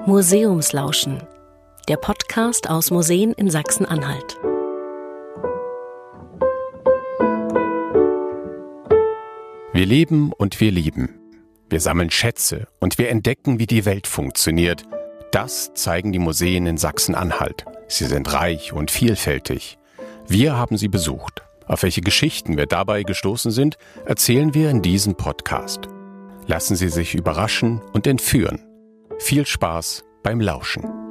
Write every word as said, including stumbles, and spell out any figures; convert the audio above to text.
Museumslauschen, der Podcast aus Museen in Sachsen-Anhalt. Wir leben und wir lieben. Wir sammeln Schätze und wir entdecken, wie die Welt funktioniert. Das zeigen die Museen in Sachsen-Anhalt. Sie sind reich und vielfältig. Wir haben sie besucht. Auf welche Geschichten wir dabei gestoßen sind, erzählen wir in diesem Podcast. Lassen Sie sich überraschen und entführen. Viel Spaß beim Lauschen.